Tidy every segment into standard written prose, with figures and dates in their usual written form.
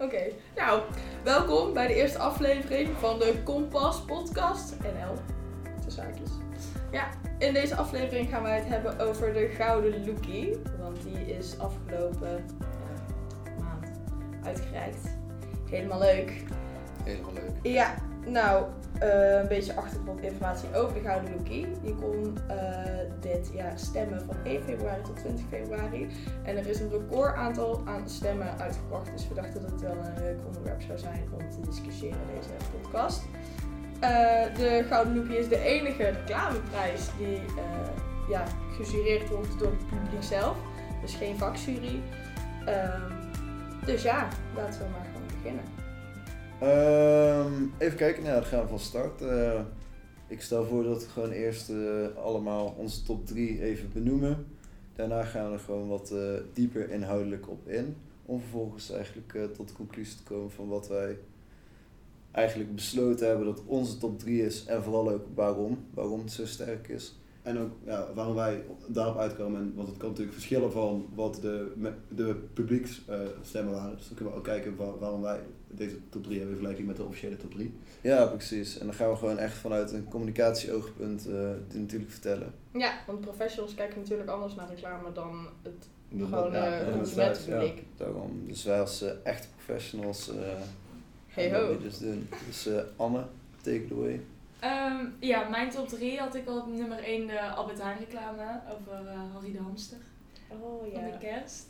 Oké. Nou, welkom bij de eerste aflevering van de Kompas podcast NL. Tussen haakjes. Ja, in deze aflevering gaan wij het hebben over de Gouden Lookie. Want die is afgelopen maand uitgereikt. Helemaal leuk. Helemaal leuk. Ja, nou, een beetje achtergrondinformatie over de Gouden Lookie. Je kon dit jaar stemmen van 1 februari tot 20 februari. En er is een record aantal aan stemmen uitgebracht. Dus we dachten dat het wel een leuk onderwerp zou zijn om te discussiëren in deze podcast. De Gouden Lookie is de enige reclameprijs die gejureerd wordt door het publiek zelf. Dus geen vakjury. Dus ja, laten we maar gewoon beginnen. Even kijken, dan gaan we van start. Ik stel voor dat we gewoon eerst allemaal onze top 3 even benoemen. Daarna gaan we er gewoon wat dieper inhoudelijk op in. Om vervolgens eigenlijk tot de conclusie te komen van wat wij eigenlijk besloten hebben dat onze top 3 is. En vooral ook waarom het zo sterk is. En ook waarom wij daarop uitkomen, want het kan natuurlijk verschillen van wat de publieksstemmen waren. Dus dan kunnen we ook kijken waarom wij deze top 3 hebben in vergelijking met de officiële top 3. Ja, precies. En dan gaan we gewoon echt vanuit een communicatieoogpunt dit natuurlijk vertellen. Ja, want professionals kijken natuurlijk anders naar reclame dan het consumentenpubliek. Ja, daarom. Dus wij als echte professionals gaan we dus doen. Dus Anne, take it away. Mijn top 3 had ik al op nummer 1 de Albert Heijn reclame over Harry de Hamster. Oh ja. Van de kerst.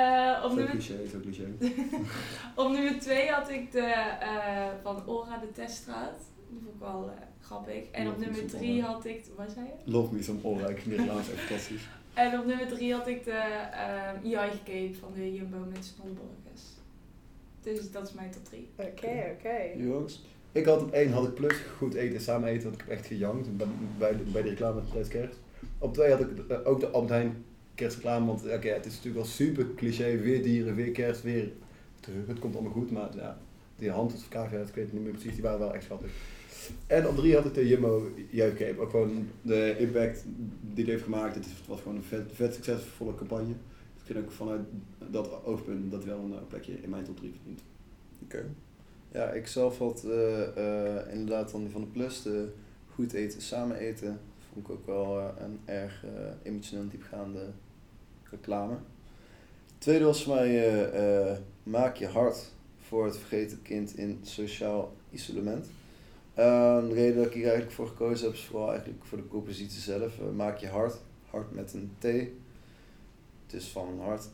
Zo cliché. Op nummer 2 had ik de van Ora de Teststraat. Die vond ik wel grappig. En op nummer 3 had ik... Wat zei je? Love me some Ora, ik vind die reclame echt fantastisch. En op nummer 3 had ik de Cape van de Jumbo met snollebolletjes. Dus dat is mijn top 3. Oké. Joost? Ik had op 1 had ik plus goed eten, samen eten, want ik heb echt gejankt bij de reclame tijdens kerst. Op 2 had ik ook de Albert Heijn kerstreclame, want het is natuurlijk wel super cliché, weer dieren, weer kerst, weer terug. Het komt allemaal goed, maar ja, die hand of cavia, ik weet het niet meer precies, die waren wel echt schattig. En op 3 had ik de Jumbo Juichcape, ook gewoon de impact die het heeft gemaakt. Het was gewoon een vet succesvolle campagne. Dus ik vind ook vanuit dat oogpunt dat wel een plekje in mijn top 3 verdient. Oké. Ja, ik zelf had inderdaad dan die van de plus, de goed eten, samen eten. Vond ik ook wel een erg emotioneel diepgaande reclame. Tweede was voor mij maak je hart voor het vergeten kind in sociaal isolement. De reden dat ik hier eigenlijk voor gekozen heb is vooral eigenlijk voor de propositie zelf. Maak je hart met een T. Het is van een hart.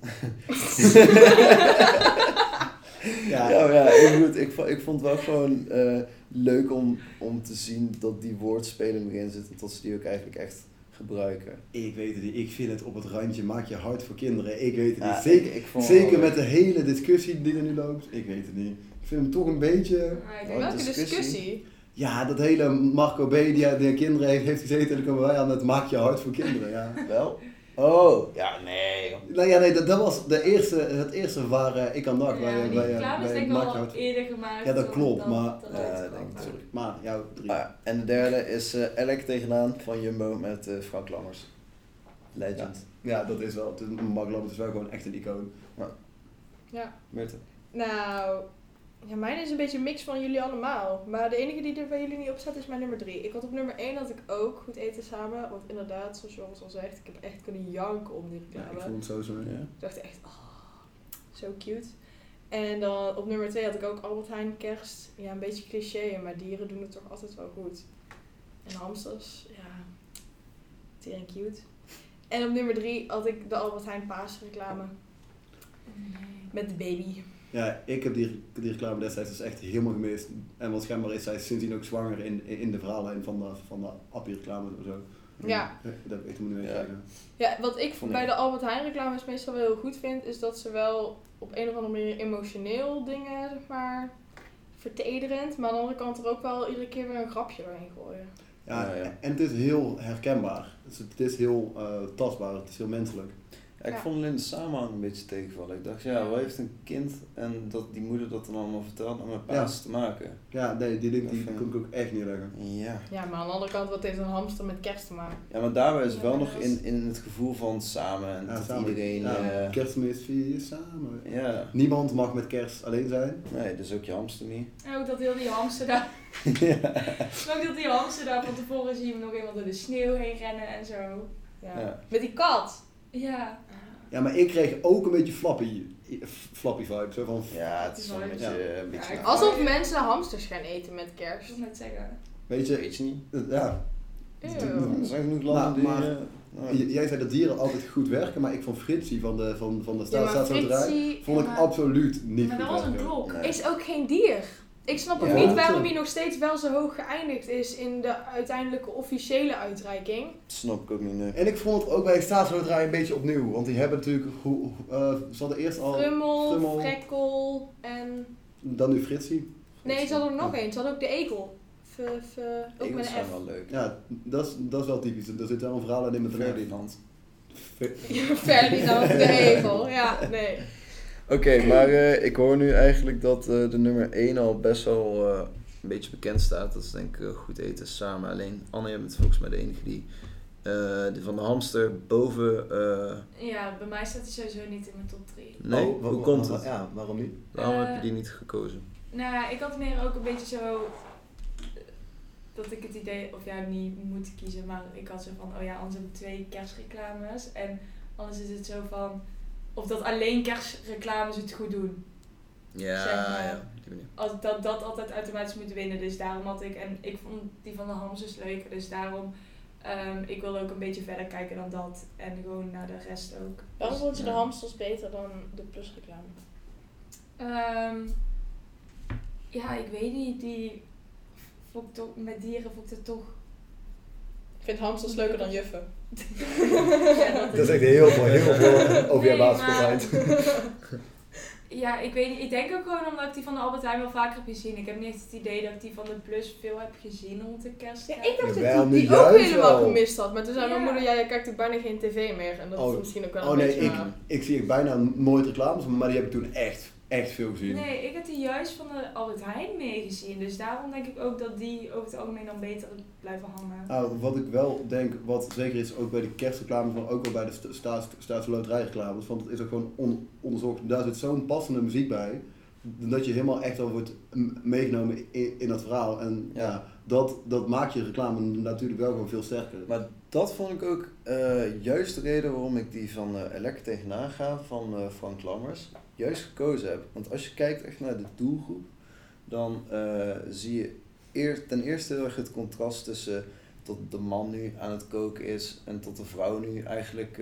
Ik vond het wel gewoon leuk om te zien dat die woordspeling erin zit en dat ze die ook eigenlijk echt gebruiken. Ik weet het niet, ik vind het op het randje, maak je hart voor kinderen, ik weet het niet. Zeker met de hele discussie die er nu loopt, ik weet het niet. Ik vind hem toch een beetje... Welke discussie? Ja, dat hele Marco B. die kinderen heeft gezeten en dan komen wij aan het maak je hart voor kinderen, ja. Wel? Oh, ja, nee. Nou ja, nee, dat was het eerste waar ik aan dacht. Ja, die reclame is denk ik al eerder gemaakt. Ja, dat klopt, maar... Maar jouw 3. En de derde is Elk tegenaan van Jumbo met Frank Lammers. Legend. Ja, dat is wel. Mark Lammers is wel gewoon echt een icoon. Ja. Meerte? Nou... Ja, mijn is een beetje een mix van jullie allemaal. Maar de enige die er bij jullie niet op staat is mijn nummer 3. Ik had op nummer 1 had ik ook goed eten samen. Want inderdaad, zoals Joris al zegt, ik heb echt kunnen janken om die reclame. Ja, ik vond het zo. Ja. Ik dacht echt, zo cute. En dan op nummer 2 had ik ook Albert Heijn kerst. Ja, een beetje cliché, maar dieren doen het toch altijd wel goed. En hamsters, ja, tering cute. En op nummer 3 had ik de Albert Heijn paasreclame. Met de baby. Ja, ik heb die reclame destijds dus echt helemaal gemist. En want schijnbaar is zij sindsdien ook zwanger in de verhaallijn van de Appie reclame of zo. Ja. Dat weet ik niet meer zeggen. Ja, wat ik bij de Albert Heijn reclames meestal wel heel goed vind, is dat ze wel op een of andere manier emotioneel dingen, zeg maar, vertederend. Maar aan de andere kant er ook wel iedere keer weer een grapje doorheen gooien. Ja, en het is heel herkenbaar. Dus het is heel tastbaar, het is heel menselijk. Ja, ik vond alleen de samenhang een beetje tegenvallen. Ik dacht, wat heeft een kind en dat die moeder dat dan allemaal vertelt met mijn paas te maken? Ja, nee, die kon ik ook echt niet leggen. Ja. Ja, maar aan de andere kant, wat heeft een hamster met kerst te maken? Ja, maar daarbij is het wel Ja, nog dat is- in het gevoel van samen en dat samen. iedereen... Ja, Kerstmis vier samen. ja, Niemand mag met kerst alleen zijn. nee, dus ook je hamster niet. En ook dat heel die hamster daar... Ja. Ook dat die hamster daar van tevoren zie je hem nog eenmaal door de sneeuw heen rennen en zo. Ja. Ja. Met die kat. Ja. Ja, maar ik kreeg ook een beetje flappy vibe. Zo van, Ja, het is wel een beetje... Ja. Een beetje Ja, Alsof mensen hamsters gaan eten met Ik kerst. wil net zeggen. weet je, weet je niet. ja. Er Eeuw. zijn genoeg landen Maar- die... nou, Jij zei dat dieren altijd goed werken, maar ik vond Fritsie van de Ja, maar staatsloterij Fritsie vond ik maar- absoluut niet Maar goed dat was een werken. klok. Nee. is ook geen dier. Ik snap ook Ja. niet waarom hij nog steeds wel zo hoog geëindigd is in de uiteindelijke officiële uitreiking. dat snap ik ook niet, nee. En ik vond het ook bij staatsloterij een beetje opnieuw, want die hebben natuurlijk, ze hadden eerst al, Frummel, Frekkel en... dan nu Fritsie. Nee, ze hadden er nog één. Ze hadden ook de egel. Ook met Egels een zijn F. wel leuk. Ja, dat is wel typisch. Er zit wel een verhaal in met een Ferdinand. Ferdinand, de egel. Ja, nee. Oké, maar ik hoor nu eigenlijk dat de nummer 1 al best wel een beetje bekend staat. Dat is denk ik Goed Eten Samen. Alleen Anne, jij bent volgens mij de enige die van de hamster boven... Ja, bij mij staat hij sowieso niet in mijn top 3. nee, hoe komt het? Ja, waarom niet? Waarom heb je die niet gekozen? Nou ja, ik had meer ook een beetje zo... Dat ik het idee, of ja, niet moet kiezen, maar ik had zo van, oh ja, anders heb ik 2 kerstreclames. En anders is het zo van, of dat alleen kerstreclames het goed doen. Ja, Zeg maar. ja, op die manier. Als dat altijd automatisch moet winnen. Dus daarom had ik, en ik vond die van de hamsters leuker. Dus daarom, ik wilde ook een beetje verder kijken dan dat. En gewoon naar de rest ook. Waarom vond je de Ja. hamsters beter dan de plusreclame? Ja, ik weet niet, die vond ik toch, met dieren vond ik het toch... Ik vind hamsters leuker dan juffen. Ja, Dat is echt heel veel over jouw Nee, basisschooltijd. Ja, ik weet niet. Ik denk ook gewoon omdat ik die van de Albert Heijn wel vaker heb gezien. Ik heb niet echt het idee dat ik die van de Plus veel heb gezien rond de kerst. Ja, ik dacht Jawel, dat nu ik die ook juist helemaal wel. gemist had. Maar toen zei mijn Ja. moeder, ja, je kijkt ook bijna geen tv meer. En dat is misschien ook wel een Oh nee, beetje... ik zie bijna nooit reclames, maar die heb ik toen echt veel gezien. Nee, ik heb die juist van de Albert Heijn meer gezien. Dus daarom denk ik ook dat die over het algemeen dan beter blijven hangen. Nou, wat ik wel denk, wat zeker is ook bij de kerstreclames, maar ook wel bij de staatsloterijreclames, want het is ook gewoon onderzocht. Daar zit zo'n passende muziek bij, dat je helemaal echt al wordt meegenomen in dat verhaal. En ja, dat maakt je reclame natuurlijk wel gewoon veel sterker. Maar dat vond ik ook juist de reden waarom ik die van Lekker Tegenaan ga van Frank Lammers juist gekozen heb. Want als je kijkt echt naar de doelgroep, dan zie je ten eerste heel erg het contrast tussen tot de man nu aan het koken is en tot de vrouw nu eigenlijk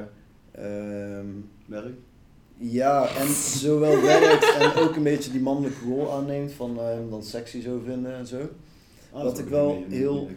Werk? ja, en zowel werkt en ook een beetje die mannelijke rol aanneemt van hem dan sexy zo vinden en zo. Wat ik wel heel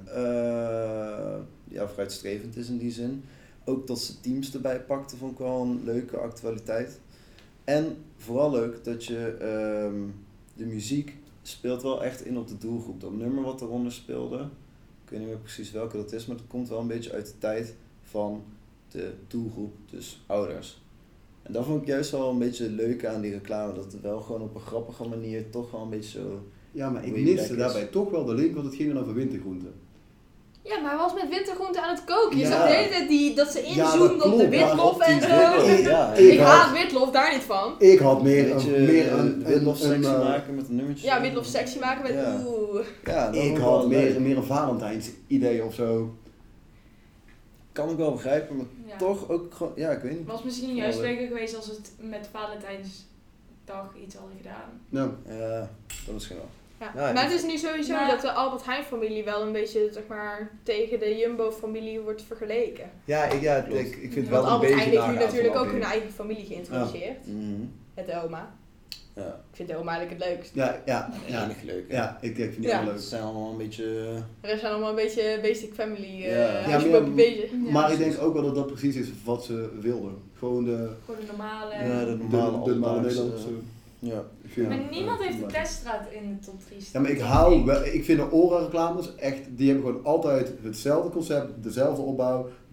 vooruitstrevend is in die zin. Ook dat ze teams erbij pakten vond ik wel een leuke actualiteit. En vooral leuk dat je de muziek speelt wel echt in op de doelgroep. Dat nummer wat eronder speelde, ik weet niet meer precies welke dat is, maar het komt wel een beetje uit de tijd van de doelgroep, dus ouders. En dat vond ik juist wel een beetje leuk aan die reclame, dat het wel gewoon op een grappige manier toch wel een beetje zo... Ja, maar ik Way back miste is. daarbij toch wel de link, want het ging dan over wintergroenten. Ja, maar hij was met wintergroenten aan het koken. Je Ja. zag de hele tijd dat ze Ja, inzoomden dat op de klopt, maar witlof op en die zo. witlof, ja. Ik had- haat witlof, daar niet van. Ik had meer een witlof sexy maken met een nummertje. Ja, witlof sexy maken met Ja. oeh. Ja, dat Ik vond had wel meer leuk. een Valentijns idee of zo. Kan ik wel begrijpen, maar Ja. toch ook gewoon, ja, ik weet niet. Het was misschien Vond juist wel leuk. leuker geweest als het met Valentijnsdag iets hadden gedaan. Nou, Ja, dat misschien wel. Ja. Ja, Maar het is nu sowieso Maar- dat de Albert Heijn familie wel een beetje, zeg maar, tegen de Jumbo familie wordt vergeleken. Klopt. ik vind het Ja, wel Want een Albert beetje Heijn heeft nu nagaat natuurlijk van ook hun Aldi. eigen familie geïntroduceerd. Mhm. Met de oma. Ja, Ik vind de oma eigenlijk het leukst. Ja, enig leuk. hè. ja, ik vind het Ja. wel Het leuk. zijn allemaal een beetje... De rest zijn allemaal een beetje basic family. Ja. Ja, huisje, maar- bezig. Ja, Maar ik precies. denk ook wel dat dat precies is wat ze wilden. Gewoon de Gewoon de normale... Ja, de de normale normale alledaagse, Nederlandse. Ja. Ik vind- Maar niemand heeft de maar- teststraat in de top 3 Ja, staan. maar ik hou wel, ik vind de Ora reclames echt, die hebben gewoon altijd hetzelfde concept, dezelfde opbouw,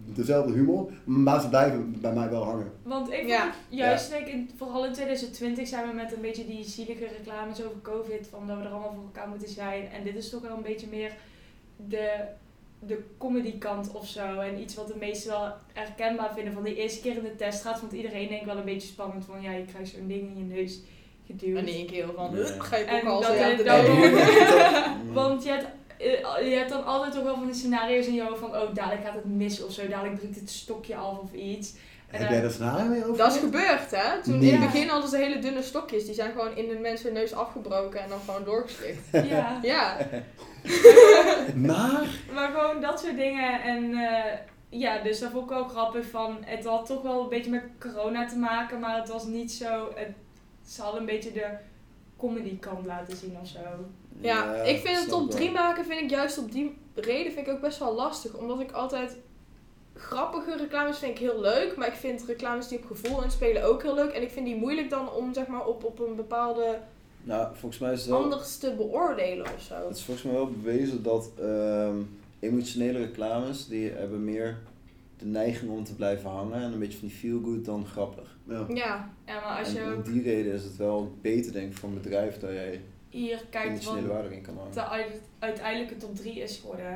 dezelfde humor, maar ze blijven bij mij wel hangen. Want ik Ja. vond juist, vooral in 2020 zijn we met een beetje die zielige reclames over COVID, van dat we er allemaal voor elkaar moeten zijn. En dit is toch wel een beetje meer de comedy kant of zo. En iets wat de meesten wel herkenbaar vinden. Van die eerste keer in de teststraat vond iedereen denk ik wel een beetje spannend van, ja, je krijgt zo'n ding in je neus geduwd. En één keer van, Ja. ga je En ook al dat zo je aan de dan- deur. Want je hebt dan altijd toch wel van die scenario's in je hoofd van, oh, dadelijk gaat het mis of zo, dadelijk drukt het stokje af of iets. En Heb jij daar scenario mee over? Dat is gebeurd, hè? Toen Nee. in het begin hadden ze hele dunne stokjes. Die zijn gewoon in de mensen neus afgebroken en dan gewoon doorgeslikt. Ja. Ja. Maar, Maar gewoon dat soort dingen. En ja, dus dat vond ik ook grappig van. Het had toch wel een beetje met corona te maken, maar het was niet zo. Ze hadden een beetje de comedy kant laten zien of zo. Ja, ik vind het snap top wel. 3 maken, vind ik juist op die reden vind ik ook best wel lastig. Omdat ik altijd grappige reclames vind ik heel leuk. Maar ik vind reclames die op gevoel inspelen ook heel leuk. En ik vind die moeilijk dan om zeg maar op een bepaalde Nou, volgens mij is het wel... anders te beoordelen of zo. Het is volgens mij wel bewezen dat emotionele reclames, die hebben meer de neiging om te blijven hangen en een beetje van die feel good dan grappig. ja. Ja, Ja, maar als je En om ook die reden is het wel beter denk ik voor een bedrijf dat jij hier kijkt emotionele wat waarde in kan hangen. de uiteindelijke top 3 is geworden.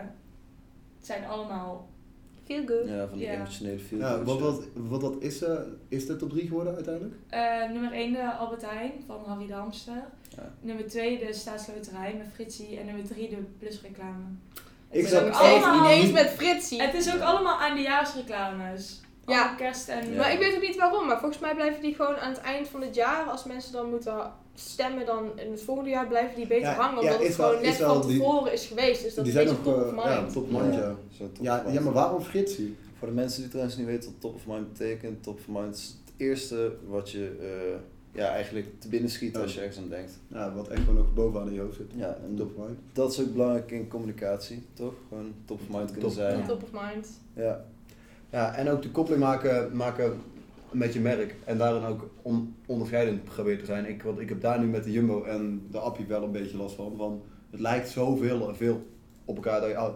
Het zijn allemaal. feel good. Ja, van die Ja. emotionele feel Ja, good. wat is de top 3 geworden uiteindelijk? Nummer 1 de Albert Heijn van Harry de Hamster. Ja. Nummer 2 de Staatsloterij met Fritsie. En nummer 3 de Plusreclame. Ik Het zat- is ook Steeds allemaal- niet eens met Fritsie. Het is ook allemaal eindejaarsreclames. Ja. Allemaal kerst en... Ja. Maar ik weet ook niet waarom, maar volgens mij blijven die gewoon aan het eind van het jaar, als mensen dan moeten stemmen, dan in het volgende jaar blijven die beter Ja, hangen. ja, Omdat het is wel- gewoon net is wel van die- tevoren is geweest. Dus dat Die is zijn een beetje nog top of mind. top of mind, ja. Zo top Ja, of mind. ja, maar waarom Fritsie? Voor de mensen die trouwens niet weten wat top of mind betekent, top of mind is het eerste wat je eigenlijk te binnen schiet als je ergens aan denkt. Ja, wat echt gewoon nog bovenaan in je hoofd zit. Ja, en Top of mind. dat is ook belangrijk in communicatie, toch? Gewoon top of mind kunnen Top. zijn. Ja. Top of mind. Ja. Ja, en ook de koppeling maken met je merk. En daarin ook onderscheidend proberen te zijn. Want ik heb daar nu met de Jumbo en de Appie wel een beetje last van het lijkt zoveel veel op elkaar.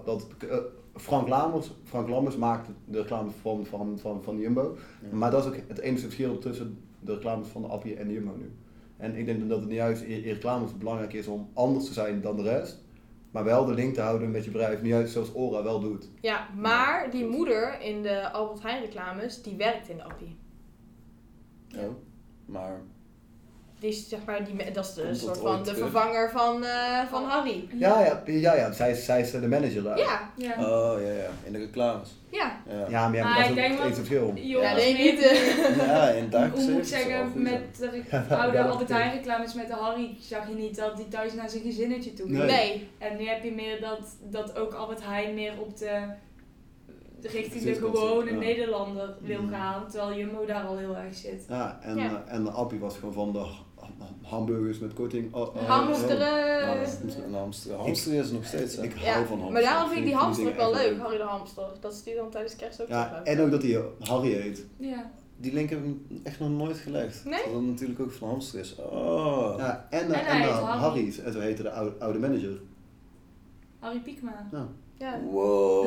Frank Lammers maakt de reclames van de Jumbo. Ja. Maar dat is ook het enige verschil tussen de reclames van de Appie en de Jumbo nu. En ik denk dat het juist in reclames belangrijk is om anders te zijn dan de rest. Maar wel de link te houden met je bedrijf, nu juist zoals Ora wel doet. Ja, maar die moeder in de Albert Heijn reclames, die werkt in de Appie. Oh, maar Die is zeg maar, dat is de Komt dat soort ooit van de terug? vervanger van Harry. Ja, zij is de manager daar. Ja, Ja. oh ja, in de reclames. ja. Ja, Ja, maar Maar dat is ik ook denk het wel- enige verschil. Jongens, Ja, nee, meer- niet. ja in dagelijks Hoe moet ik leven is het wel zeggen, goed, met de Ja, oude dat Albert is Heijn reclames met de Harry zag je niet dat hij thuis naar zijn gezinnetje toe ging. Nee. Nee. En nu heb je meer dat ook Albert Heijn meer op richting de Gezinskant gewone zit, ja. Nederlander wil Mhm. gaan, terwijl Jumbo daar al heel erg zit. Ja, Ja. en de Appie was gewoon van de hamburgers met korting. Hamsteren. Een hamster. Hamster is nog steeds, hè? Ik hou Ja, van hamster. maar daarom vind ik die hamster ook dingen wel echt leuk, Harry de Hamster. Dat is die dan tijdens kerst ook Ja, terug en ook dat hij Harry heet. Ja. Die link heb ik echt nog nooit gelegd. Nee? Dat het natuurlijk ook van hamster is. Oh. Ja, En hij heet Harry. Harry, en zo heette de oude manager. Harry Piekma. Ja. Wow.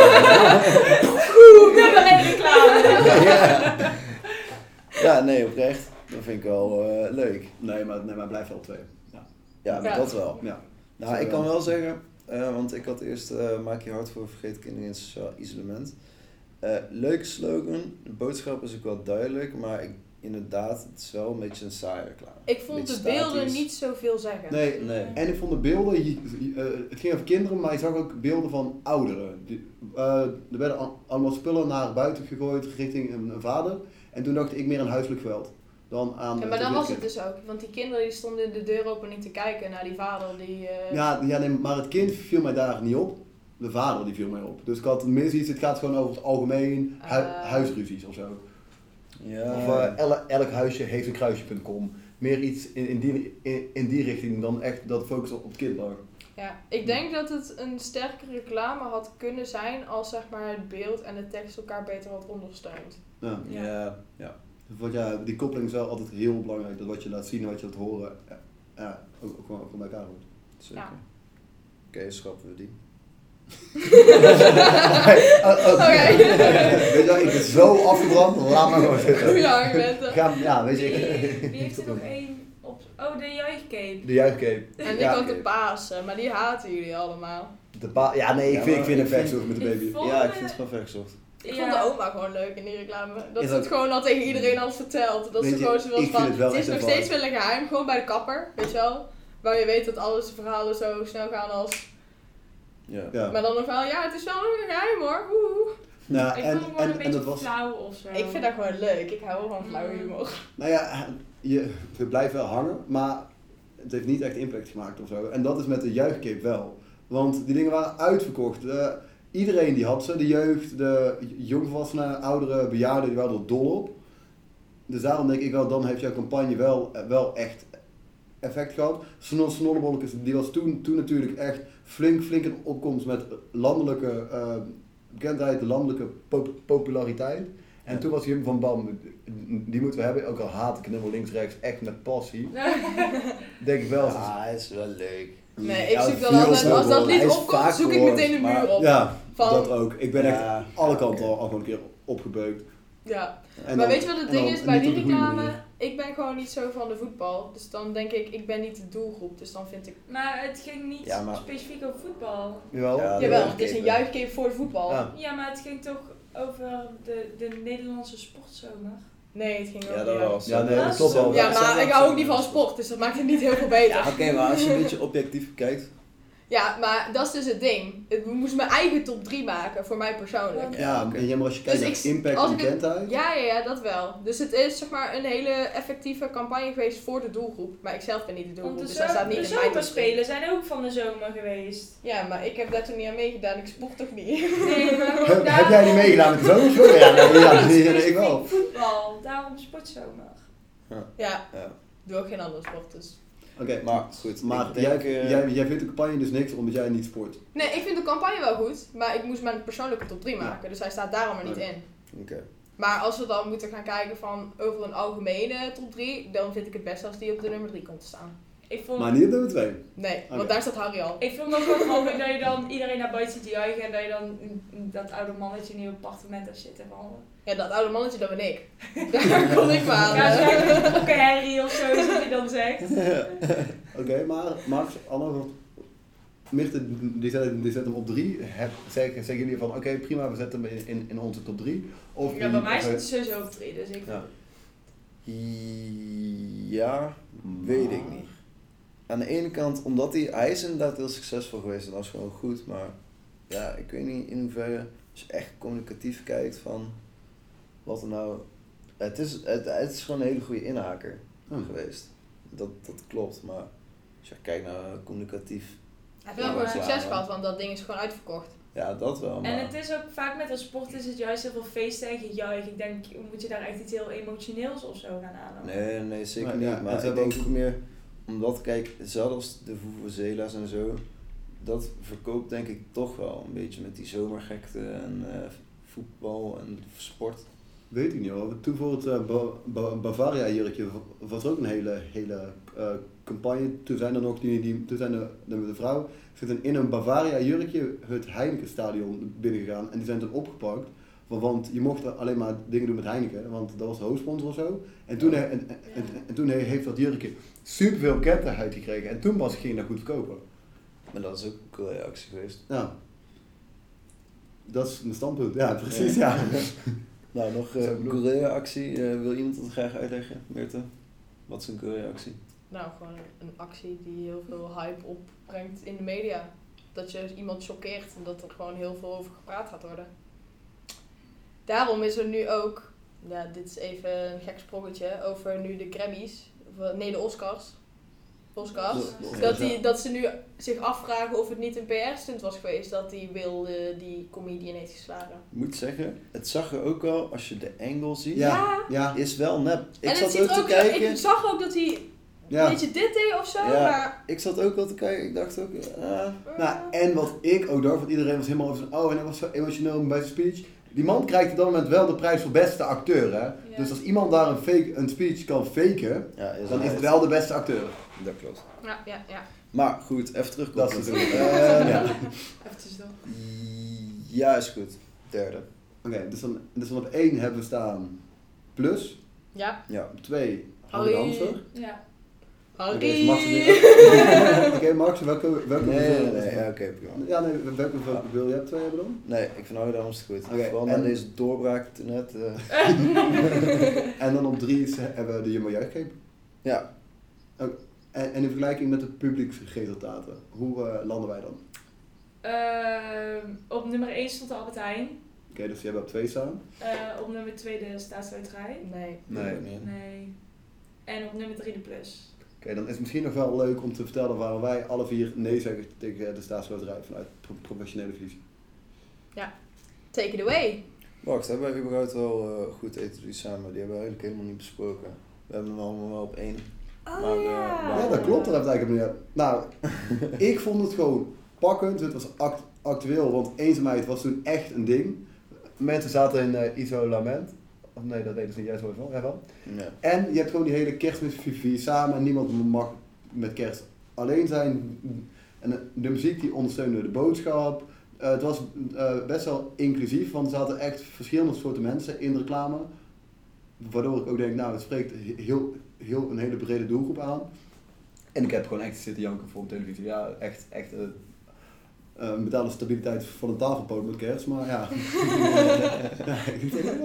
Nummer 1 reclame! Ja, nee, oprecht. Dat vind ik wel leuk. Nee, maar blijft wel 2. Ja, Ja. dat wel. Ja. Nou, ik kan wel zeggen, want ik had eerst maak je hard voor vergeten kinderen in sociaal isolement. Leuke slogan, de boodschap is ook wel duidelijk, maar inderdaad, het is wel een beetje een saaie reclame. Ik vond Beetje de beelden statisch. niet zoveel zeggen. Nee, Nee. en ik vond de beelden, het ging over kinderen, maar je zag ook beelden van ouderen. Er werden allemaal spullen naar buiten gegooid richting een vader. En toen dacht ik meer aan huiselijk geweld dan aan... Ja, maar dat was het dus ook. Want die kinderen die stonden in de deuropening te kijken naar die vader die... Ja, nee, maar het kind viel mij daar niet op. De vader die viel mij op. Dus ik had minstens iets, het gaat gewoon over het algemeen huisruzies of zo. Ja. Of elk huisje heeft een kruisje.com. Meer iets in die richting dan echt dat focus op het kind lag. Ja, ik denk dat het een sterkere reclame had kunnen zijn als zeg maar het beeld en de tekst elkaar beter had ondersteund. Ja. Ja. Want ja, die koppeling is wel altijd heel belangrijk. Dat wat je laat zien en wat je laat horen, ook gewoon bij elkaar hoort. Zeker. Ja. Oké, schrappen we die. Oké. Weet je wel, ik ben zo afgebrand, laat maar gewoon zitten. Goeie argumenten. Ja, weet je, Wie heeft er nog één op... Oh, de juichcape. De juichcape. En ik Ja. ook de Pasen, maar die haten jullie allemaal. Ja, nee, Ja, ik maar vind ik een vechtzocht met de Ik baby. vond- Ja, ik vind het wel ver gezocht. Ik vond de oma gewoon leuk in die reclame. Dat Is ze het ook- gewoon al tegen iedereen alles vertelt. Dat Weet ze je, gewoon zo was ik vind van, het wel het is echt nog een steeds wel een geheim, gewoon bij de kapper, weet je wel. Waar je weet dat alles de verhalen zo snel gaan als... Ja. Ja. Maar dan nog wel, ja, het is wel nog een geheim hoor. Oeh. Nou, Ik vond hem gewoon een en beetje dat was, flauw of zo. Ik vind dat gewoon leuk. Ik hou wel van flauwe humor. nou ja, we blijven wel hangen, maar het heeft niet echt impact gemaakt of zo. En dat is met de juichcape wel. Want die dingen waren uitverkocht. Iedereen die had ze, de jeugd, de jongvolwassenen, ouderen, bejaarden, die waren er dol op. Dus daarom denk ik wel, dan heeft jouw campagne wel echt effect gehad. Snollebolletjes, die was toen natuurlijk echt flink in opkomst met landelijke bekendheid, landelijke populariteit. En Ja. toen was Jim van Bam, die moeten we hebben, ook al haat ik hem helemaal links-rechts, echt met passie. Denk ik wel. Ja, hij is wel leuk. Nee, ik Ja, zoek dan veel altijd, als snel dat wel. lied Hij is opkomt, vaak zoek ik gehoord, meteen de muur maar- op. Ja, Van- dat ook. Ik ben echt Ja, alle kanten oké. al gewoon een keer opgebeukt. Ja. En Maar dan- weet je wat het en ding dan is bij niet die op de goede reclame? manier. Ik ben gewoon niet zo van de voetbal. Dus dan denk ik ben niet de doelgroep. Dus dan vind ik... Maar het ging niet Ja, maar- specifiek over voetbal. Jawel? Ja, Jawel, de het is een juichcape. juichcape voor voetbal. Ja. Ja, maar het ging toch over de Nederlandse sportzomer. Nee, het ging Ja, over dat jou. was. Ja, nee, dat klopt wel. Ja, maar ik hou ook niet van sport, dus dat maakt het niet heel veel beter. Ja, oké, maar als je een beetje objectief kijkt. Ja, maar dat is dus het ding. Ik moest mijn eigen top 3 maken, voor mij persoonlijk. Ja, oké. ja, maar als je Dus kijkt naar impact als en ik het- bekendheid. Ja, dat wel. Dus het is zeg maar een hele effectieve campagne geweest voor de doelgroep. Maar ik zelf ben niet de doelgroep, Want dus dat staat niet in mijn top 3. zomerspelen zijn ook van de zomer geweest. Ja, maar ik heb daar toen niet aan meegedaan. Ik sport toch niet? Nee, maar gewoon Heb jij niet meegedaan met de zomershow? Ja, nee, ik wel. Voetbal, daarom sportzomer. Ja, Ja. doe ook geen andere sport, dus... Oké, Maar goed, maar ik denk, jij vindt de campagne dus niks omdat jij niet sport. Nee, ik vind de campagne wel goed, maar ik moest mijn persoonlijke top 3 maken. Dus hij staat daarom er niet Oké. in. Oké. Maar als we dan moeten gaan kijken van over een algemene top 3, dan vind ik het best als die op de nummer 3 komt te staan. Ik vond, Maar niet op nummer 2. Nee, Oké. want daar staat Harry al. ik vond het ook wel grappig dat je dan iedereen naar buiten ziet te juichen en dat je dan dat oude mannetje in je appartement hebt zitten van... Ja, dat oude mannetje, dat ben ik. Daar kon ik maar aan. Ja, zo'n Harry of zo, is wat hij dan zegt. Oké, maar Max, Anne, Mirte, die zet hem op 3. Zeggen jullie van oké, prima, we zetten hem in onze top 3? Of Ja, bij mij zit het sowieso op 3, dus ik... Ja. Ja, weet ik niet. Aan de ene kant, omdat hij is inderdaad heel succesvol geweest en dat is gewoon goed, maar ja, ik weet niet in hoeverre, als je echt communicatief kijkt van wat er nou... Het is gewoon een hele goede inhaker geweest. Dat klopt, maar als je kijkt naar communicatief, Hij heeft wel gewoon succes gehad, want dat ding is gewoon uitverkocht. ja dat wel, maar... En het is ook vaak met een sport is het juist heel veel feesten en gejuich. Ik denk, moet je daar echt iets heel emotioneels of zo gaan halen? Nee, zeker Maar niet. ja, en Maar ze ik hebben denk ook meer, omdat kijk, zelfs de Vuvuzela's en zo, dat verkoopt denk ik toch wel een beetje met die zomergekte en voetbal en sport. Weet ik niet hoor. Toen voor het Bavaria jurkje was er ook een hele campagne. Toen zijn er nog toen zijn de vrouw zitten in een Bavaria jurkje het Heineken stadion binnengegaan en die zijn toen opgepakt. Want je mocht alleen maar dingen doen met Heineken, want dat was de hoofdsponsor of zo. En toen, en toen heeft dat jurkje superveel bekendheid gekregen en toen ging je dat goed verkopen. Maar dat is ook een coole reactie geweest. Ja. Dat is mijn standpunt. Ja, precies. Ja. Nou, nog een coole actie. Wil iemand dat graag uitleggen, Meerte? Wat is een coole actie? Nou, gewoon een actie die heel veel hype opbrengt in de media. Dat je iemand choqueert en dat er gewoon heel veel over gepraat gaat worden. Daarom is er nu ook, ja, dit is even een gek sprokketje, over nu de Grammys, nee de Oscars. Dat ze nu zich afvragen of het niet een PR-stunt was geweest dat die Will, die comedian, heeft geslagen. Ik moet zeggen, het zag er ook wel, als je de angle ziet, Ja. is wel nep. Ik en zat het ziet ook er te ook, kijken. ik zag ook dat hij een beetje dit deed of zo, Ja. maar... Ik zat ook wel te kijken, ik dacht ook, Nou, en wat ik ook dacht, want iedereen was helemaal over en hij was zo emotioneel bij zijn speech. Die man krijgt op dat moment wel de prijs voor beste acteur, hè. Ja. Dus als iemand daar een speech kan faken, ja, dan is het wel de beste acteur. Dat klopt. Ja. Maar goed, even terugkomen. Dat is ja. Eventjes dan. Ja, is goed. Derde. Oké, dus dan op 1 hebben we staan Plus. Ja. Ja. Op 2 Harry. Harry de Hamster. Ja. Oké, Harry. dus Max en Oké, Max, welke Nee, ja, oké, prima. Ja, nee, welke wil jij 2 hebben dan? Nee, ik vind Harry de Hamster goed. Oké, Vooral en- na deze doorbraak toen net. En dan op 3 hebben we de Jumbo Jeugdgreep. Ja. En in vergelijking met de publieksresultaten, hoe landen wij dan? Op nummer 1 stond de Albert Heijn. Oké, dus die hebben op 2 staan. Op nummer 2 de Staatsloterij. Nee. Nee. Nee. En op nummer 3 de Plus. Oké, dan is het misschien nog wel leuk om te vertellen waarom wij alle 4 nee zeggen tegen de Staatsloterij vanuit professionele visie. Take it away. Wacht, hebben wij überhaupt wel goed eten die samen? Die hebben we eigenlijk helemaal niet besproken. We hebben hem allemaal wel op 1. Oh Maar, ja. Ja, dat klopt, daar heb ik eigenlijk niet. Nou, ik vond het gewoon pakkend. Het was actueel, want eenzaamheid was toen echt een ding. Mensen zaten in isolement. Of nee, dat weten ze niet juist wel. Jawel. Ja. En je hebt gewoon die hele kerstmisvisie samen en niemand mag met kerst alleen zijn. En de muziek die ondersteunde de boodschap. Het was best wel inclusief, want er zaten echt verschillende soorten mensen in de reclame. Waardoor ik ook denk, nou, het spreekt heel een hele brede doelgroep aan. En ik heb gewoon echt zitten janken voor op televisie. Ja, echt mentale stabiliteit van een tafelpoot met kerst, maar ja. Ik denk,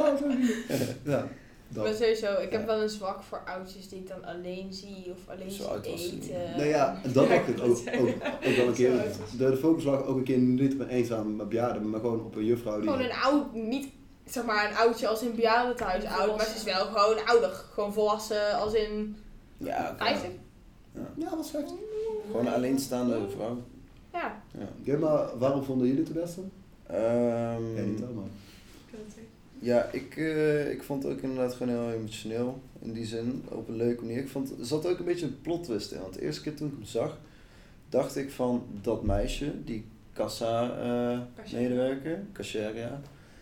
ja, Maar dat. sowieso, ik heb wel een zwak voor oudjes die ik dan alleen zie of alleen Zo zie oud was ze niet. eten. Nee, ja, en dat Ja, mag ik ik wou ook wel een keer. Zo oud was ze. De focus lag ook een keer niet op een eenzame bejaarde, maar gewoon op een juffrouw die... Gewoon een oud, niet zeg maar een oudje als in bejaardentehuis oud, maar ze is wel gewoon ouder. Gewoon volwassen als in Ja, oké. 50. Ja, dat is echt. Gewoon een alleenstaande vrouw. Ja. Ja. Oké, maar waarom vonden jullie het de beste? Ja, niet allemaal. Ja, ik vond het ook inderdaad gewoon heel emotioneel in die zin, op een leuke manier. Er zat ook een beetje een plot twist in, want de eerste keer toen ik hem zag, dacht ik van dat meisje, die kassa-medewerker, cashier, ja.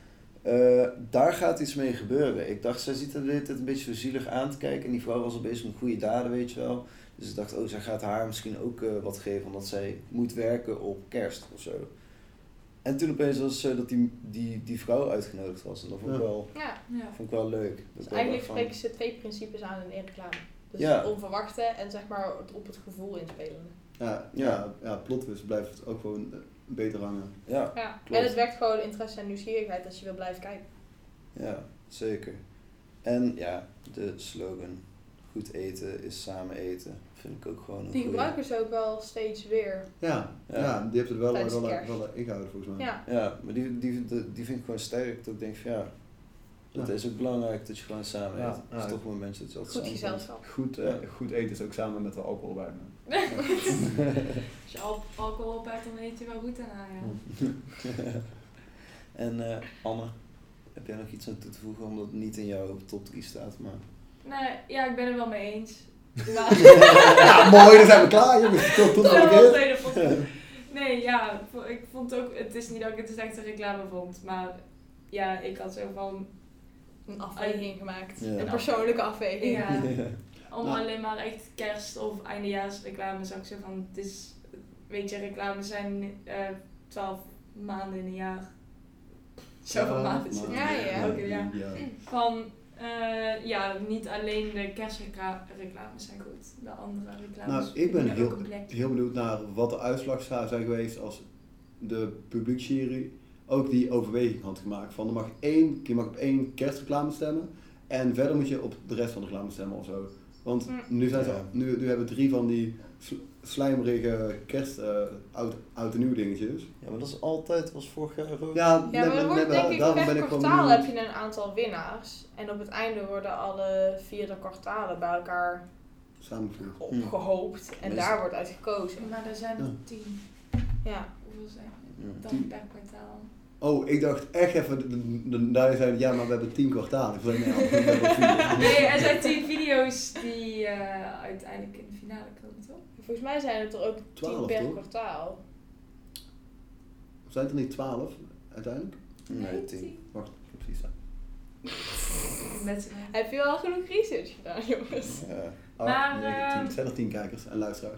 Daar gaat iets mee gebeuren. Ik dacht, zij ziet er de hele tijd een beetje zo zielig aan te kijken en die vrouw was al bezig met goede daden, weet je wel. Dus ik dacht, zij gaat haar misschien ook wat geven, omdat zij moet werken op kerst of zo. En toen opeens was het zo dat die vrouw uitgenodigd was. En dat vond ik, Ja. vond ik wel leuk. Dat Dus ik wel eigenlijk dacht spreken ze 2 principes aan in één reclame. Dus Ja. het onverwachte en zeg maar het op het gevoel inspelen. Ja, plotwist blijft ook gewoon beter hangen. Ja, Ja. Klopt. En het wekt gewoon interesse en nieuwsgierigheid als je wil blijven kijken. ja, zeker. En ja, de slogan, goed eten is samen eten, vind ik ook gewoon een Die goeie. gebruiken ze ook wel steeds weer. Ja, Ja. die heeft het wel Tijdens de kerst. ingehouden volgens mij. Ja. Ja, maar die vind ik gewoon sterk. Dat ik denk van ja, dat is ook belangrijk dat je gewoon samen Ja, eet. Dat is ja. toch een momentje dat je altijd Goed samen gezelschap. Goed eten is ook samen met de alcohol bij me. Als je alcohol op hebt, dan eet je wel goed daarna, ja. En Anne, heb jij nog iets aan toe te voegen omdat het niet in jouw top 3 staat? Maar... Nee, ja, ik ben het wel mee eens. Ja, mooi, dan zijn we klaar jongens. Tot de volgende keer. Nee, ja, ik vond ook, het is niet dat ik het een slechte reclame vond, maar ja, ik had zo van, Een afweging gemaakt. Ja. Een persoonlijke afweging. ja, om Nou. alleen maar echt kerst- of eindejaarsreclame zag ik zo van, het is, weet je, reclames zijn 12 maanden in een jaar. Zoveel maanden zitten. Ja. Oké, ja. Van, ja, niet alleen de kerstreclames zijn goed, de andere reclames. Nou, ik ben verdienen ook een plek. heel benieuwd naar wat de uitslag zou zijn geweest als de publieksjury ook die overweging had gemaakt. Van je mag op 1 kerstreclame stemmen en verder moet je op de rest van de reclame stemmen of zo. Want nu hebben we 3 van die slijmerige kerst oud en nieuw dingetjes. Ja, maar dat is altijd, was vorig jaar ook. Ja, Ja, maar er wordt denk ik daarom ben per ik gewoon kwartaal benieuwd. heb je een aantal winnaars. En op het einde worden alle 4 kwartalen bij elkaar Samengevoegd. opgehoopt. En Meestal- daar wordt uit gekozen. Maar er zijn er Ja. 10. Ja. Hoeveel zijn er? Ja. Dan per kwartaal. Oh, ik dacht echt even, daar zeiden ja, maar we hebben 10 kwartalen. Ik zei, nee, we hebben 4. Nee, er zijn 10 video's die uiteindelijk in de finale komen, toch? Volgens mij zijn het er ook 10 12 per toch? kwartaal. Zijn het er niet 12 uiteindelijk? Nee, 10. Wacht, ik heb precies dat. Met z'n Heb je wel genoeg research gedaan, jongens? Ja. Maar, 9, 10. Zijn er 10 kijkers en luisteraars?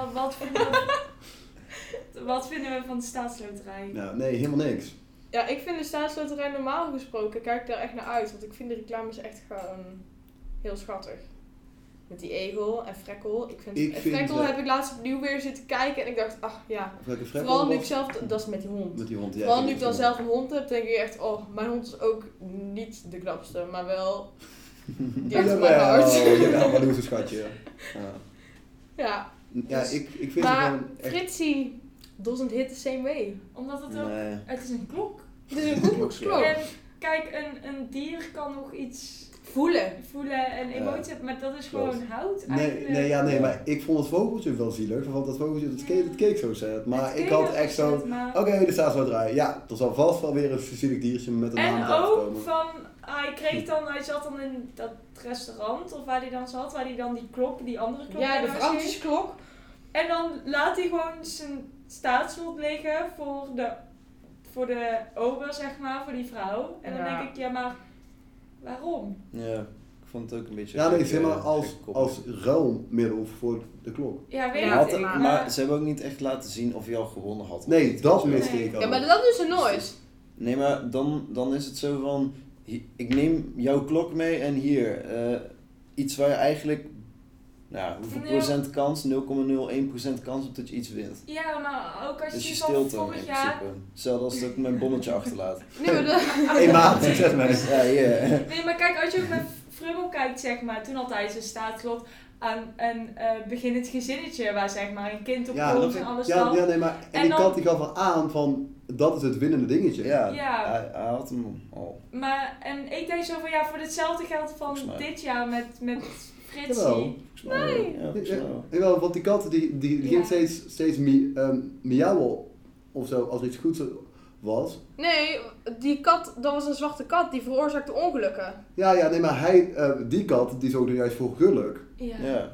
Wat vinden we van de staatsloterij? Nou, nee, helemaal niks. Ja, ik vind de staatsloterij normaal gesproken, kijk ik daar echt naar uit. Want ik vind de reclames echt gewoon heel schattig. Met die egel en Frekkel. Frekkel heb ik laatst opnieuw weer zitten kijken en ik dacht, ach ja. Vooral nu ik zelf, dat is met die hond. Met die hond, ja. Vooral nu ik dan zelf een hond heb, denk ik echt, oh, mijn hond is ook niet de knapste, maar wel dicht bij mijn hart. Jawel, maar doe eens een schatje. Ja, Ja. ja Dus, ik vind het maar gewoon echt... Fritsie doesn't hit the same way. Omdat het ook... Nee. Het is een klok. Het is een koekoeksklok. En kijk, een dier kan nog iets voelen en emotie hebben, maar dat is gewoon hout eigenlijk. Nee, maar ik vond het vogeltje wel zielig, want dat vogeltje, dat keek zo sad. Maar ik had echt zo, oké, de staatsloterij. Ja, er zal vast wel weer een zielig diertje met een naam En ook komen. van, hij zat dan in dat restaurant, of waar hij dan zat, waar hij dan die klok, die andere klok Ja, de bij Fransjesklok. En dan laat hij gewoon zijn staatslot liggen voor de ober, zeg maar, voor die vrouw. En dan denk ik, ja, maar waarom? Ja, ik vond het ook een beetje... Ja, nee, zeg maar gekke als ruilmiddel voor de klok. Ja, weet Ja, ik. maar ze hebben ook niet echt laten zien of hij al gewonnen had. of Nee, niet. dat Nee. miste ik al. Ja, maar dat doen ze nooit. Nee, maar dan is het zo van... Ik neem jouw klok mee en hier... iets waar je eigenlijk... Nou, hoeveel procent kans? 0,01% kans op dat je iets wint. Ja, maar ook als Dus je je van stilt hem in vorig jaar... principe. Hetzelfde als dat ik mijn bonnetje achterlaat. Nee, maar dat... Hey maat, succes mee. Ja, yeah. Nee, maar kijk, als je ook naar Frummel kijkt, zeg maar, toen had hij zijn staatslot aan een beginnend gezinnetje, waar zeg maar een kind op komt en alles dan. Ja, nee, maar en die kant die gaf al aan van, dat is het winnende dingetje. Ja, Ja. Hij had hem al. Maar, en ik denk zo van, ja, voor hetzelfde geld van Volgens mij. dit jaar met Fritsie. Jawel. Nee. Ja, volgens mij wel. Jawel, want die kat die ging steeds miauwen of zo, als er iets goeds was. Nee, die kat, dat was een zwarte kat, die veroorzaakte ongelukken. Ja, nee, maar die kat, die zorgde juist voor geluk. Ja. Ja.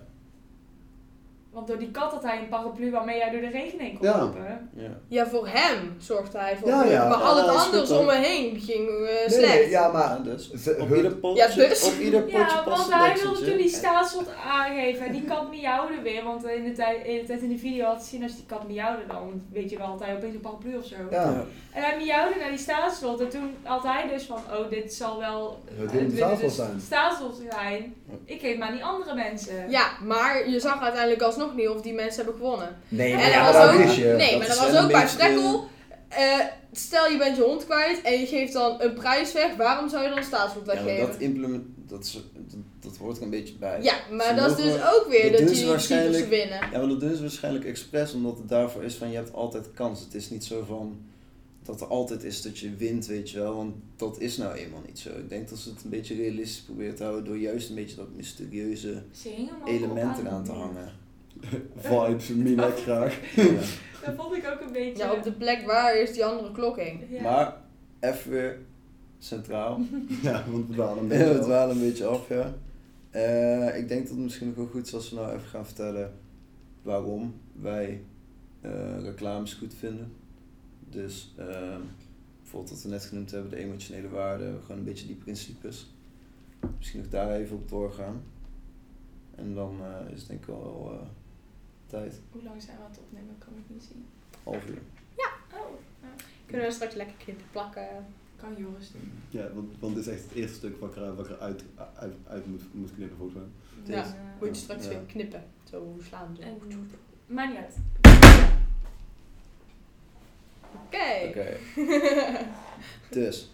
Want door die kat had hij een paraplu waarmee jij door de regen heen kon Ja. lopen. Ja. Ja, voor hem zorgde hij voor Ja, geluk, ja. maar Ja, al het dat is anders goed, om hoor. me heen ging Nee, slecht. ja, maar... Ja, dus. Ze- Op hun- ieder potje, Ja, dus. op ieder potje Ja, past want een hij dekseltje. wilde toen die staatslot aangeven. En die kat miauwde weer. Want de hele tijd in de video had gezien als die kat miauwde, dan weet je wel dat hij opeens een paraplu of zo. Ja. En hij miauwde naar die staatslot. En toen had hij dus van, oh, dit zal wel Het winnende staatslot zijn. staatslot zijn. Ik geef maar niet andere mensen. Ja, maar je zag uiteindelijk alsnog niet of die mensen hebben gewonnen. Nee, En maar dat ja, was maar dat ook- wist je. Nee, dat maar is dat was wel ook een bij beetje Frekkel. Stel je bent je hond kwijt en je geeft dan een prijs weg, waarom zou je dan een staatslot Ja, maar weggeven? dat hoort er een beetje bij. Ja, maar Ze dat is mogen- dus ook weer dat dat doen je ze niet ziet of ze waarschijnlijk- winnen. Ja, maar dat doen ze waarschijnlijk expres, omdat het daarvoor is van je hebt altijd kans. Het is niet zo van dat er altijd is dat je wint, weet je wel, want dat is nou eenmaal niet zo. Ik denk dat ze het een beetje realistisch proberen te houden door juist een beetje dat mysterieuze Ze hingen hem ook elementen op aan te hangen. Vibes, Mina graag. Ja. Dat vond ik ook een beetje... Ja, op de plek waar eerst die andere klok hing. Ja. Maar even weer centraal. Ja, want we dwalen een We beetje af. dwalen een beetje af, ja. Ik denk dat het misschien nog wel goed is als we nou even gaan vertellen waarom wij reclames goed vinden. Dus bijvoorbeeld wat we net genoemd hebben, de emotionele waarde, gewoon een beetje die principes. Misschien nog daar even op doorgaan. En dan is het denk ik wel tijd. Hoe lang zijn we aan het opnemen? Kan ik niet zien. Half uur. Oh, Kunnen we straks lekker knippen plakken. kan Joris doen. Ja, want dit is echt het eerste stuk wat ik eruit moet knippen volgens mij. Ja, Dus, moet je straks Ja. weer knippen. Zo slaan. en maakt niet uit. Oké. Oké. Dus,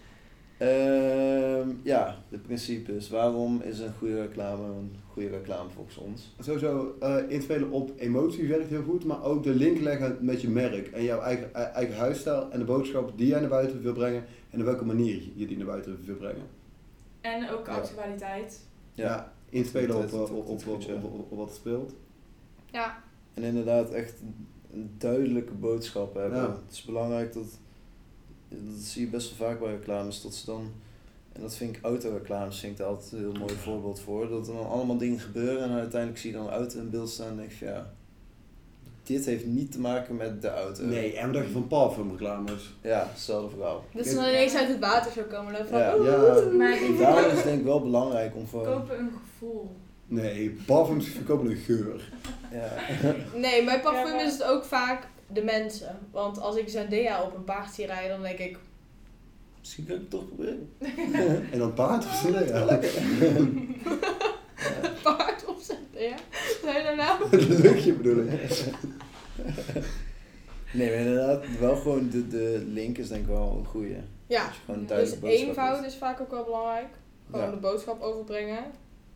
ja, de principes. Waarom is een goede reclame volgens ons? Sowieso inspelen op emotie werkt heel goed, maar ook de link leggen met je merk en jouw eigen huisstijl en de boodschap die jij naar buiten wil brengen en op welke manier je die naar buiten wil brengen. En ook Ja. actualiteit. Ja, inspelen Dat is goed, ja. op wat er speelt. Ja. En inderdaad echt een duidelijke boodschap hebben. Ja. Het is belangrijk dat zie je best wel vaak bij reclames, dat ze dan, en dat vind ik autoreclames, vind ik daar altijd een heel mooi voorbeeld voor, dat er dan allemaal dingen gebeuren en uiteindelijk zie je dan een auto in beeld staan en denk je, ja, dit heeft niet te maken met de auto. Nee, en wat dacht je van parfumreclames? Ja, hetzelfde verhaal. Dat ze dan ineens uit het water zou komen. Dan van, Ja. oeh. Ja. Maar ik En daarom is het denk ik wel belangrijk om voor... kopen een gevoel. Nee, parfums verkopen een geur. Ja. Nee, bij parfum Ja, maar- is het ook vaak de mensen. Want als ik Zendaya op een paard zie rijden, dan denk ik... Misschien kan ik het toch proberen. En dan paard of zo? Ja. Paard op Zendaya? Zijn er nou? Een luchtje bedoel ik. Nee, maar inderdaad, wel gewoon de link is denk ik wel een goeie. Ja, Als je gewoon een dus duidelijke boodschap eenvoud hebt. is vaak ook wel belangrijk. Gewoon Ja. de boodschap overbrengen.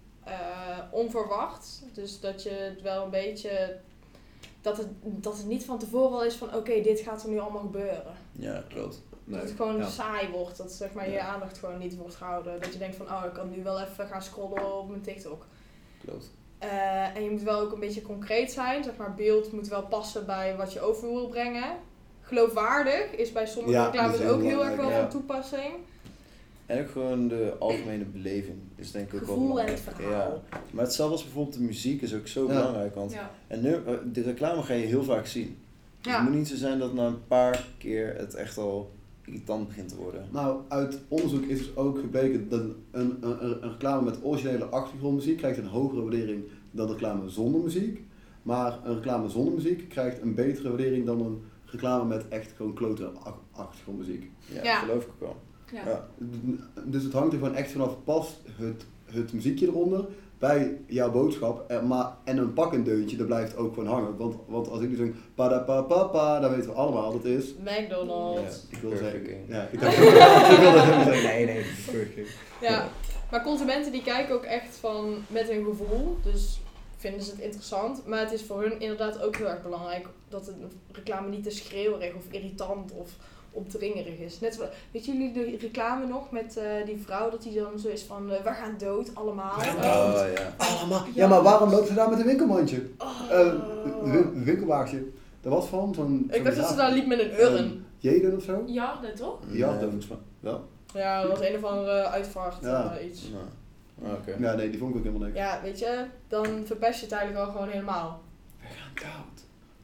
Onverwacht. Dus dat je het wel een beetje... Dat het niet van tevoren al is van oké, dit gaat er nu allemaal gebeuren. Ja, klopt. Dat het gewoon Ja. saai wordt. Dat zeg maar, je aandacht gewoon niet wordt gehouden. Dat je denkt van oh, ik kan nu wel even gaan scrollen op mijn TikTok. Klopt. En je moet wel ook een beetje concreet zijn. Zeg maar, beeld moet wel passen bij wat je over wil brengen. Geloofwaardig is bij sommige Ja, reclames dat is heel ook heel erg wel belangrijk, van toepassing. En ook gewoon de algemene beleving is denk ik ook wel Gevoel en het belangrijk. verhaal. Ja. Maar hetzelfde als bijvoorbeeld de muziek is ook zo Ja. belangrijk. Want Ja. en nu, de reclame ga je heel vaak zien. Dus Ja. het moet niet zo zijn dat na een paar keer het echt al irritant begint te worden. Nou, uit onderzoek is dus ook gebleken dat een reclame met originele achtergrondmuziek krijgt een hogere waardering dan reclame zonder muziek. Maar een reclame zonder muziek krijgt een betere waardering dan een reclame met echt gewoon klote achtergrondmuziek. Ja, Ja. geloof ik wel. Ja. Ja. Dus het hangt er gewoon echt vanaf, past het muziekje eronder bij jouw boodschap, en een pakkend deuntje, dat blijft ook gewoon hangen. Want als ik nu zeg, pa, dan weten we allemaal dat is. McDonald's. Ik wilde Burger zeggen, King. ja, ik wilde zeggen, nee, Burger King. Ja. Maar consumenten die kijken ook echt van met hun gevoel. Dus vinden ze het interessant. Maar het is voor hun inderdaad ook heel erg belangrijk dat een reclame niet te schreeuwerig of irritant of opdringerig is. Net zoals, weet jullie de reclame nog met die vrouw dat die dan zo is van we gaan dood allemaal. We gaan Oh dood. ja. Allemaal. Ja, maar waarom lopen ze daar met een winkelmandje? Oh. Winkelwagentje. Dat was van zo'n... Ik dacht dat ze daar liep met een urn. Jeden of zo? Ja, dat toch? Ja, Nee, dat- volgens mij wel. Ja, dat was een of andere uitvaart Ja. iets. Nou, oké. Ja, nee, die vond ik ook helemaal niks. Ja, weet je, dan verpest je het eigenlijk al gewoon helemaal. We gaan dood.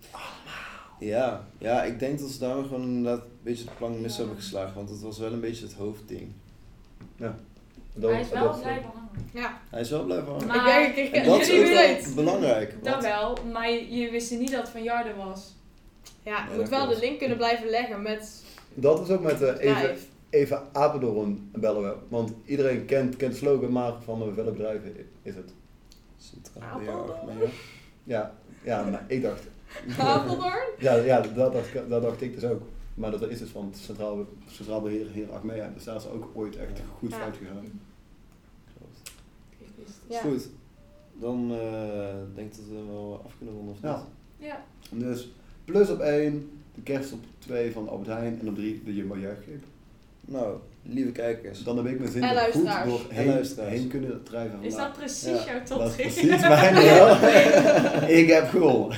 Ja, ik denk dat ze daarom gewoon inderdaad een beetje de plank mis Ja. hebben geslagen, want het was wel een beetje het hoofdding. Hij is wel blijven hangen. Ja, Hij is wel blijven hangen. Maar- ik denk, En dat is jullie ook wel weet. belangrijk. Dat Want, wel, maar je wist niet dat het van Jarden was. Ja, je Ja, moet dat wel de klopt. link kunnen blijven leggen met Dat was ook met bedrijf. even Apeldoorn bellen we. Want iedereen kent de slogan, maar van welk bedrijf is het? Centraal Beheer Achmea. Ja, maar ik dacht... Apeldoorn? Ja, dat dacht ik dus ook. Maar dat is dus van het Centraal Beheer Heer Achmea. Dus daar is ook ooit echt goed Ja. fout gegaan. Klopt. Ik wist het. Ja. Goed. Dan denk ik dat we wel af kunnen ronden of niet? Ja. Ja. Dus plus op 1, de kerst op 2 van Albert Heijn en op 3 de Jumbo juichgreep. Nou, lieve kijkers. Dan heb ik mijn zin En er goed luisteraars. door En luisteraars. heen kunnen drijven. Is vandaag. dat precies Ja, jouw top Dat is 3? precies mijn wel. Ik heb gewonnen.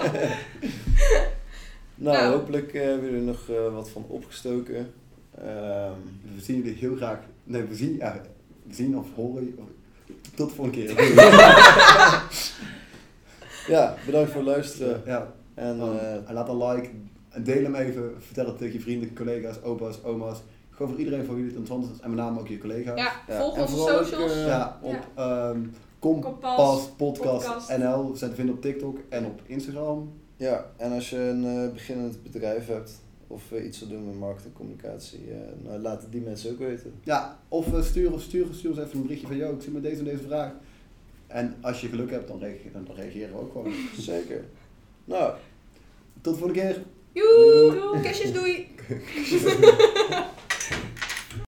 Nou, Nou. hopelijk hebben jullie er nog wat van opgestoken. We zien jullie heel graag. Nee, we zien of horen. Tot de volgende keer. Ja, bedankt voor het luisteren. Ja. En En laat een like. En deel hem even. Vertel het tegen je vrienden, collega's, opa's, oma's. Gewoon voor iedereen voor wie het interessant is. En met name ook je collega's. Ja, Ja, volg en onze vooral ook, socials. Ja, op Kompas Kompas Podcast Podcast. NL. We zijn te vinden op TikTok en op Instagram. ja, en als je een beginnend bedrijf hebt of iets wil doen met marketing en communicatie, nou, laat het die mensen ook weten. Ja, of stuur ons even een berichtje van, yo, ik zit met deze en deze vraag. En als je geluk hebt, dan reageren we ook gewoon. Zeker. Nou, Tot de volgende keer. Joe, kusjes, doei!